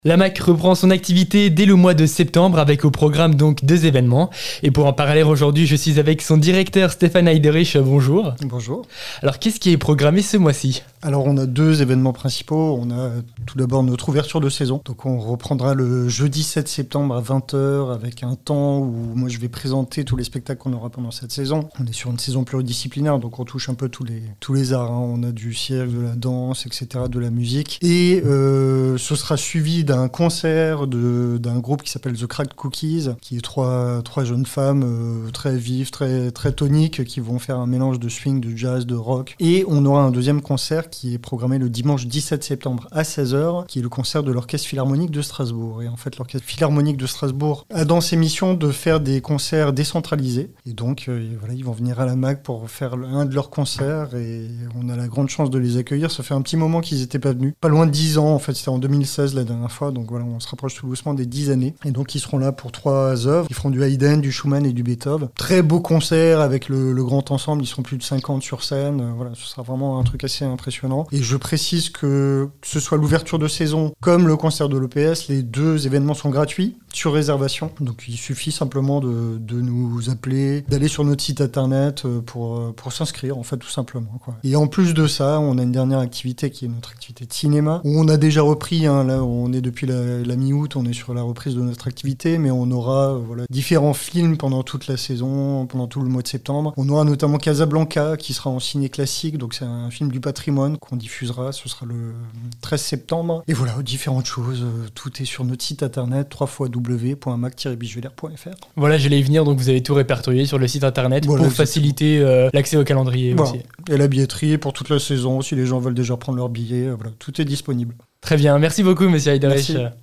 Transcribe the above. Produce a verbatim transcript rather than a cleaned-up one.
La M A C reprend son activité dès le mois de septembre avec au programme donc deux événements. Et pour en parler aujourd'hui, je suis avec son directeur Stéphane Heiderich. Bonjour. Bonjour. Alors qu'est-ce qui est programmé ce mois-ci ? Alors on a deux événements principaux. On a tout d'abord notre ouverture de saison. Donc on reprendra le jeudi sept septembre à vingt heures avec un temps où moi je vais présenter tous les spectacles qu'on aura pendant cette saison. On est sur une saison pluridisciplinaire, donc on touche un peu tous les, tous les arts. Hein. On a du cirque, de la danse, et cetera, de la musique. Et euh, ce sera suivi d'un concert de, d'un groupe qui s'appelle The Cracked Cookies, qui est trois, trois jeunes femmes euh, très vives, très, très toniques, qui vont faire un mélange de swing, de jazz, de rock. Et on aura un deuxième concert qui est programmé le dimanche dix-sept septembre à seize heures, qui est le concert de l'Orchestre Philharmonique de Strasbourg. Et en fait, l'Orchestre Philharmonique de Strasbourg a dans ses missions de faire des concerts décentralisés. Et donc, euh, voilà, ils vont venir à la M A C pour faire un de leurs concerts et on a la grande chance de les accueillir. Ça fait un petit moment qu'ils n'étaient pas venus. Pas loin de dix ans, en fait, c'était en deux mille seize la dernière fois. Donc voilà, on se rapproche tout doucement des dix années. Et donc, ils seront là pour trois œuvres. Ils feront du Haydn, du Schumann et du Beethoven. Très beau concert avec le, le grand ensemble. Ils seront plus de cinquante sur scène. Euh, voilà, ce sera vraiment un truc assez impressionnant. Et je précise que, que ce soit l'ouverture de saison comme le concert de l'O P S, les deux événements sont gratuits sur réservation. Donc, il suffit simplement de, de nous appeler, d'aller sur notre site internet pour, pour s'inscrire, en fait, tout simplement, quoi. Et en plus de ça, on a une dernière activité qui est notre activité de cinéma, où on a déjà repris, hein, là, on est depuis la, la mi-août, on est sur la reprise de notre activité, mais on aura euh, voilà, différents films pendant toute la saison, pendant tout le mois de septembre. On aura notamment Casablanca, qui sera en ciné classique, donc c'est un film du patrimoine qu'on diffusera, ce sera le treize septembre. Et voilà, différentes choses, tout est sur notre site internet, w w w point mac tiret bijoulière point f r. Voilà, j'allais y venir, donc vous avez tout répertorié sur le site internet voilà, pour faciliter euh, l'accès au calendrier voilà. aussi. Et la billetterie pour toute la saison, si les gens veulent déjà prendre leur billet, voilà, tout est disponible. Très bien, merci beaucoup monsieur Heiderich. Merci.